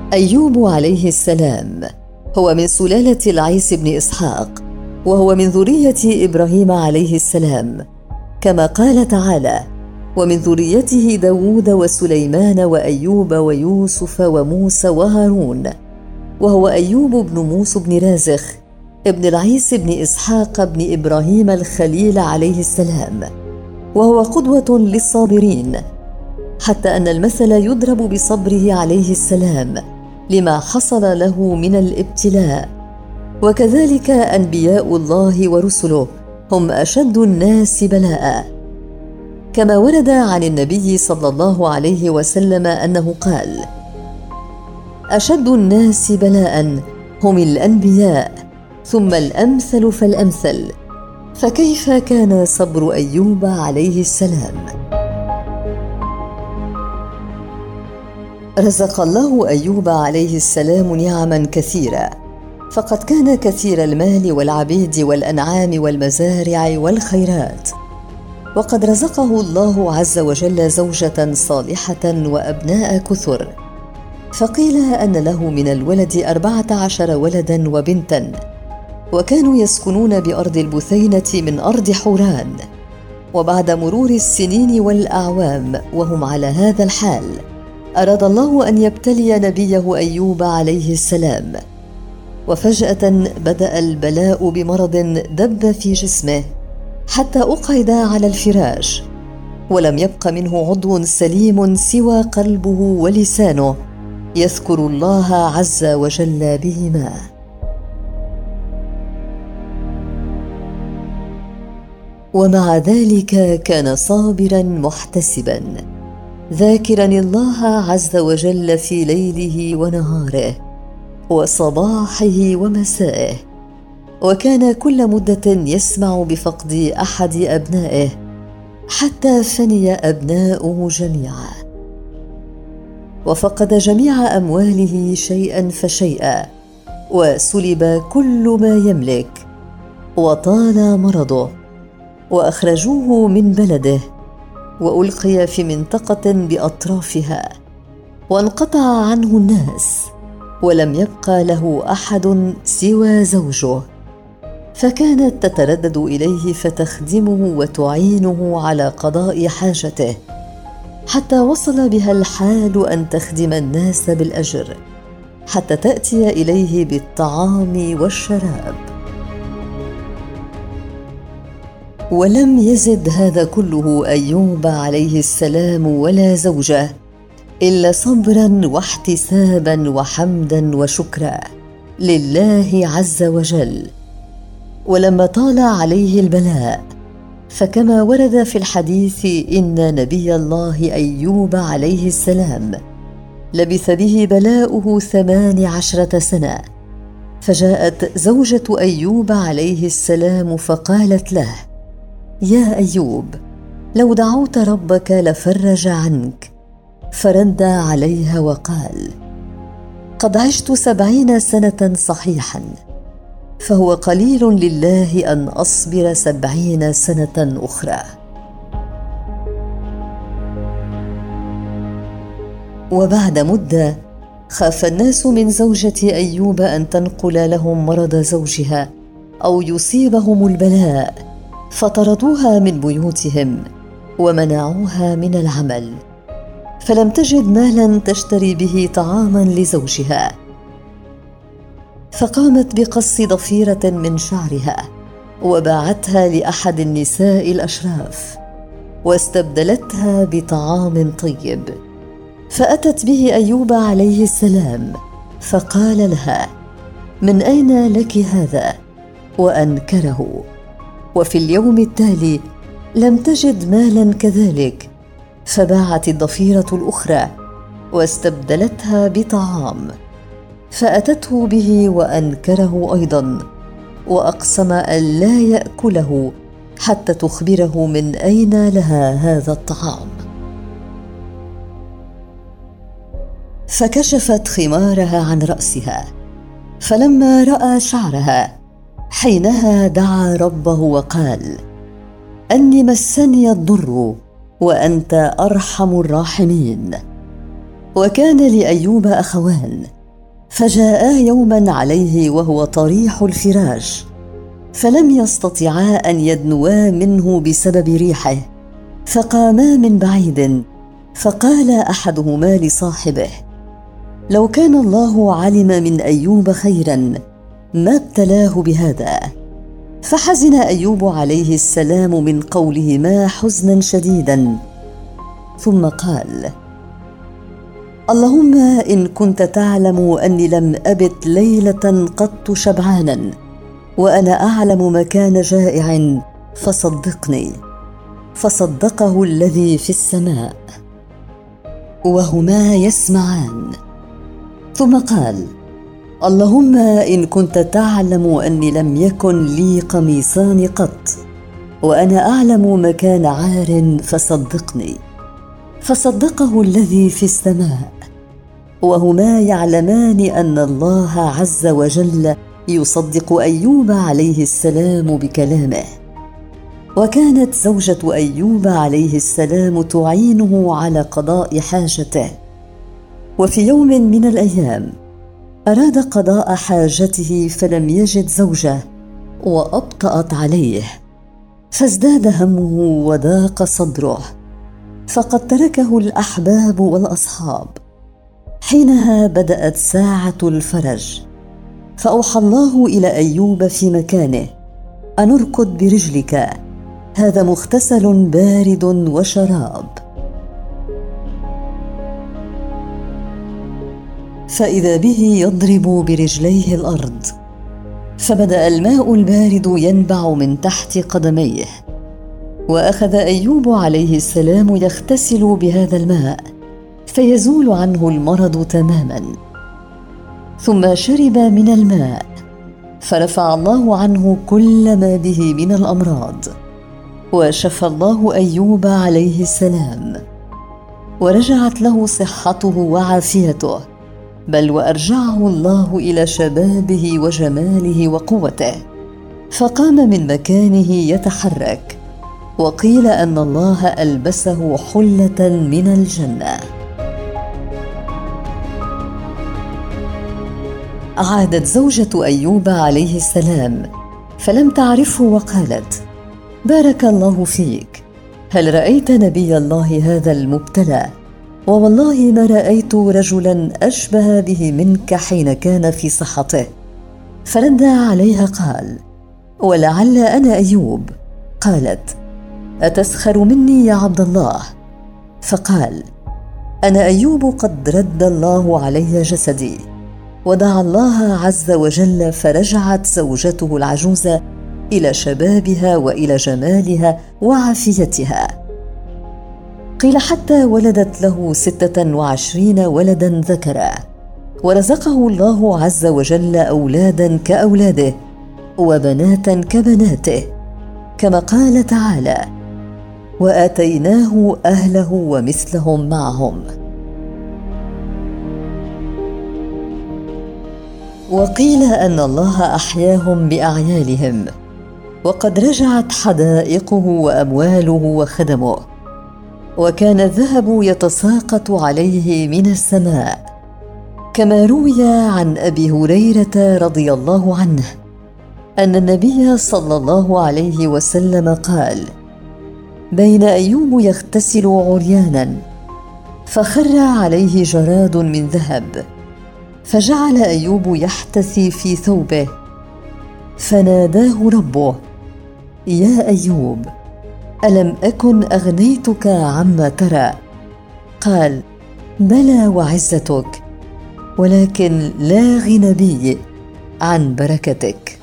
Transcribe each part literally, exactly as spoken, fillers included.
أيوب عليه السلام هو من سلالة العيس بن إسحاق، وهو من ذرية إبراهيم عليه السلام، كما قال تعالى: ومن ذريته داود وسليمان وأيوب ويوسف وموسى وهارون. وهو أيوب بن موسى بن رازخ ابن العيس بن إسحاق بن إبراهيم الخليل عليه السلام، وهو قدوة للصابرين، حتى أن المثل يضرب بصبره عليه السلام لما حصل له من الابتلاء. وكذلك أنبياء الله ورسله هم أشد الناس بلاء، كما ورد عن النبي صلى الله عليه وسلم أنه قال: أشد الناس بلاء هم الأنبياء، ثم الأمثل فالأمثل. فكيف كان صبر أيوب عليه السلام؟ رزق الله أيوب عليه السلام نعما كثيرة، فقد كان كثير المال والعبيد والأنعام والمزارع والخيرات، وقد رزقه الله عز وجل زوجة صالحة وأبناء كثر. فقيل أن له من الولد أربعة عشر ولدا وبنتا، وكانوا يسكنون بأرض البثينة من أرض حوران. وبعد مرور السنين والأعوام وهم على هذا الحال، أراد الله أن يبتلي نبيه أيوب عليه السلام، وفجأة بدأ البلاء بمرض دب في جسمه حتى أقعد على الفراش، ولم يبق منه عضو سليم سوى قلبه ولسانه يذكر الله عز وجل بهما. ومع ذلك كان صابرا محتسبا، ذاكرا الله عز وجل في ليله ونهاره وصباحه ومسائه، وكان كل مدة يسمع بفقد أحد أبنائه حتى فني أبناؤه جميعا، وفقد جميع أمواله شيئا فشيئا، وسلب كل ما يملك، وطال مرضه، وأخرجوه من بلده، وألقي في منطقة بأطرافها، وانقطع عنه الناس، ولم يبقى له أحد سوى زوجه، فكانت تتردد إليه فتخدمه وتعينه على قضاء حاجته، حتى وصل بها الحال أن تخدم الناس بالأجر، حتى تأتي إليه بالطعام والشراب. ولم يزد هذا كله أيوب عليه السلام ولا زوجه إلا صبرا واحتسابا وحمدا وشكرا لله عز وجل. ولما طال عليه البلاء، فكما ورد في الحديث إن نبي الله أيوب عليه السلام لبث به بلاؤه ثمان عشرة سنة، فجاءت زوجة أيوب عليه السلام فقالت له: يا أيوب، لو دعوت ربك لفرج عنك. فرد عليها وقال: قد عشت سبعين سنة صحيحا، فهو قليل لله أن أصبر سبعين سنة أخرى. وبعد مدة خاف الناس من زوجة أيوب أن تنقل لهم مرض زوجها أو يصيبهم البلاء، فطردوها من بيوتهم ومنعوها من العمل، فلم تجد مالا تشتري به طعاما لزوجها، فقامت بقص ضفيرة من شعرها وباعتها لأحد النساء الأشراف، واستبدلتها بطعام طيب، فأتت به أيوب عليه السلام فقال لها: من أين لك هذا؟ وأنكره. وفي اليوم التالي لم تجد مالا كذلك، فباعت الضفيرة الأخرى واستبدلتها بطعام، فأتته به وأنكره أيضا، وأقسم أن لا يأكله حتى تخبره من أين لها هذا الطعام. فكشفت خمارها عن رأسها، فلما رأى شعرها حينها دعا ربه وقال: أني مسني الضر وأنت أرحم الراحمين. وكان لأيوب أخوان، فجاءا يوما عليه وهو طريح الفراش، فلم يستطيعا أن يدنوا منه بسبب ريحه، فقاما من بعيد، فقال أحدهما لصاحبه: لو كان الله علم من أيوب خيرا ما ابتلاه بهذا. فحزن أيوب عليه السلام من قولهما حزنا شديدا، ثم قال: اللهم إن كنت تعلم أني لم أبت ليلة قط شبعانا وأنا أعلم مكان جائع فصدقني. فصدقه الذي في السماء وهما يسمعان. ثم قال: اللهم إن كنت تعلم أني لم يكن لي قميصان قط وأنا أعلم مكان عار فصدقني. فصدقه الذي في السماء وهما يعلمان أن الله عز وجل يصدق أيوب عليه السلام بكلامه. وكانت زوجة أيوب عليه السلام تعينه على قضاء حاجته. وفي يوم من الأيام أراد قضاء حاجته فلم يجد زوجة وأبطأت عليه، فازداد همه وضاق صدره، فقد تركه الأحباب والأصحاب. حينها بدأت ساعة الفرج، فأوحى الله إلى أيوب في مكانه: أن اركض برجلك، هذا مغتسل بارد وشراب. فإذا به يضرب برجليه الأرض، فبدأ الماء البارد ينبع من تحت قدميه، وأخذ أيوب عليه السلام يغتسل بهذا الماء فيزول عنه المرض تماما. ثم شرب من الماء فرفع الله عنه كل ما به من الأمراض، وشفى الله أيوب عليه السلام، ورجعت له صحته وعافيته، بل وأرجعه الله إلى شبابه وجماله وقوته، فقام من مكانه يتحرك. وقيل أن الله ألبسه حلة من الجنة. عادت زوجة أيوب عليه السلام فلم تعرفه وقالت: بارك الله فيك، هل رأيت نبي الله هذا المبتلى؟ ووالله ما رأيت رجلا أشبه به منك حين كان في صحته. فرد عليها قال: ولعل أنا أيوب. قالت: أتسخر مني يا عبد الله؟ فقال: أنا أيوب قد رد الله علي جسدي. ودعا الله عز وجل فرجعت زوجته العجوزة إلى شبابها وإلى جمالها وعافيتها. قيل حتى ولدت له ستة وعشرين ولدا ذكرا، ورزقه الله عز وجل أولادا كأولاده وبناتا كبناته، كما قال تعالى: وآتيناه أهله ومثلهم معهم. وقيل أن الله أحياهم بأعيالهم، وقد رجعت حدائقه وأمواله وخدمه، وكان الذهب يتساقط عليه من السماء، كما روي عن أبي هريرة رضي الله عنه أن النبي صلى الله عليه وسلم قال: بين أيوب يغتسل عريانا فخر عليه جراد من ذهب، فجعل أيوب يحتثي في ثوبه، فناداه ربه: يا أيوب، ألم أكن أغنيتك عما ترى؟ قال: بلى وعزتك، ولكن لا غنى بي عن بركتك.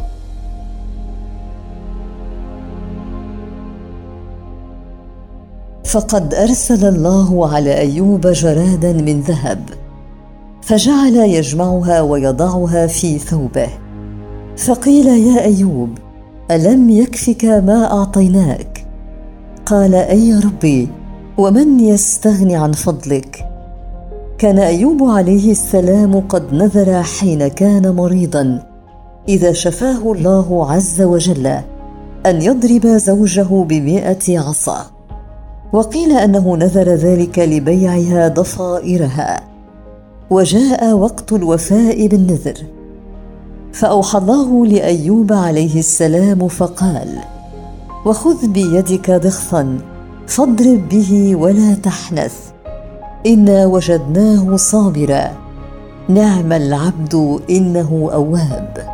فقد أرسل الله على أيوب جرادا من ذهب، فجعل يجمعها ويضعها في ثوبه، فقيل: يا أيوب، ألم يكفك ما أعطيناك؟ قال: أي ربي، ومن يستغني عن فضلك؟ كان أيوب عليه السلام قد نذر حين كان مريضا إذا شفاه الله عز وجل أن يضرب زوجه بمئة عصا، وقيل أنه نذر ذلك لبيعها ضفائرها. وجاء وقت الوفاء بالنذر، فأوحى الله لأيوب عليه السلام فقال: وخذ بيدك ضغثا فاضرب به ولا تحنث، إنا وجدناه صابرا نعم العبد إنه أواب.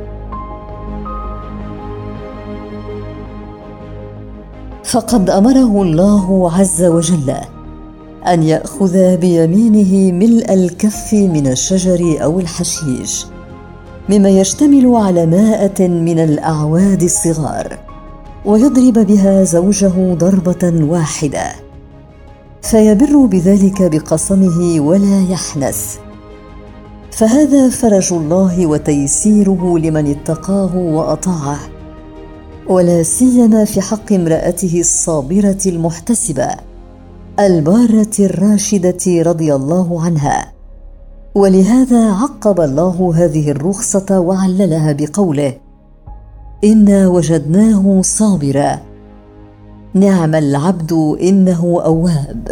فقد أمره الله عز وجل أن يأخذ بيمينه ملء الكف من الشجر أو الحشيش، مما يشتمل على مائة من الأعواد الصغار، ويضرب بها زوجه ضربة واحدة، فيبر بذلك بقسمه ولا يحنث. فهذا فرج الله وتيسيره لمن اتقاه وأطاعه، ولا سيما في حق امرأته الصابرة المحتسبة البارة الراشدة رضي الله عنها. ولهذا عقب الله هذه الرخصة وعللها بقوله: إنا وجدناه صابرا نعم العبد إنه أواب.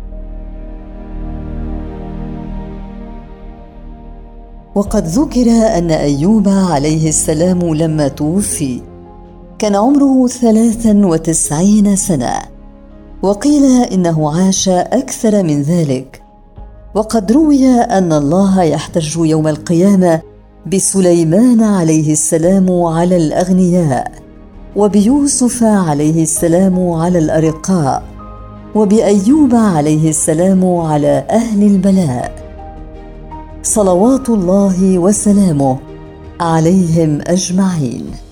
وقد ذكر أن أيوب عليه السلام لما توفي كان عمره ثلاثا وتسعين سنة، وقيل إنه عاش أكثر من ذلك. وقد روي أن الله يحتج يوم القيامة بسليمان عليه السلام على الأغنياء، وبيوسف عليه السلام على الأرقاء، وبأيوب عليه السلام على أهل البلاء، صلوات الله وسلامه عليهم أجمعين.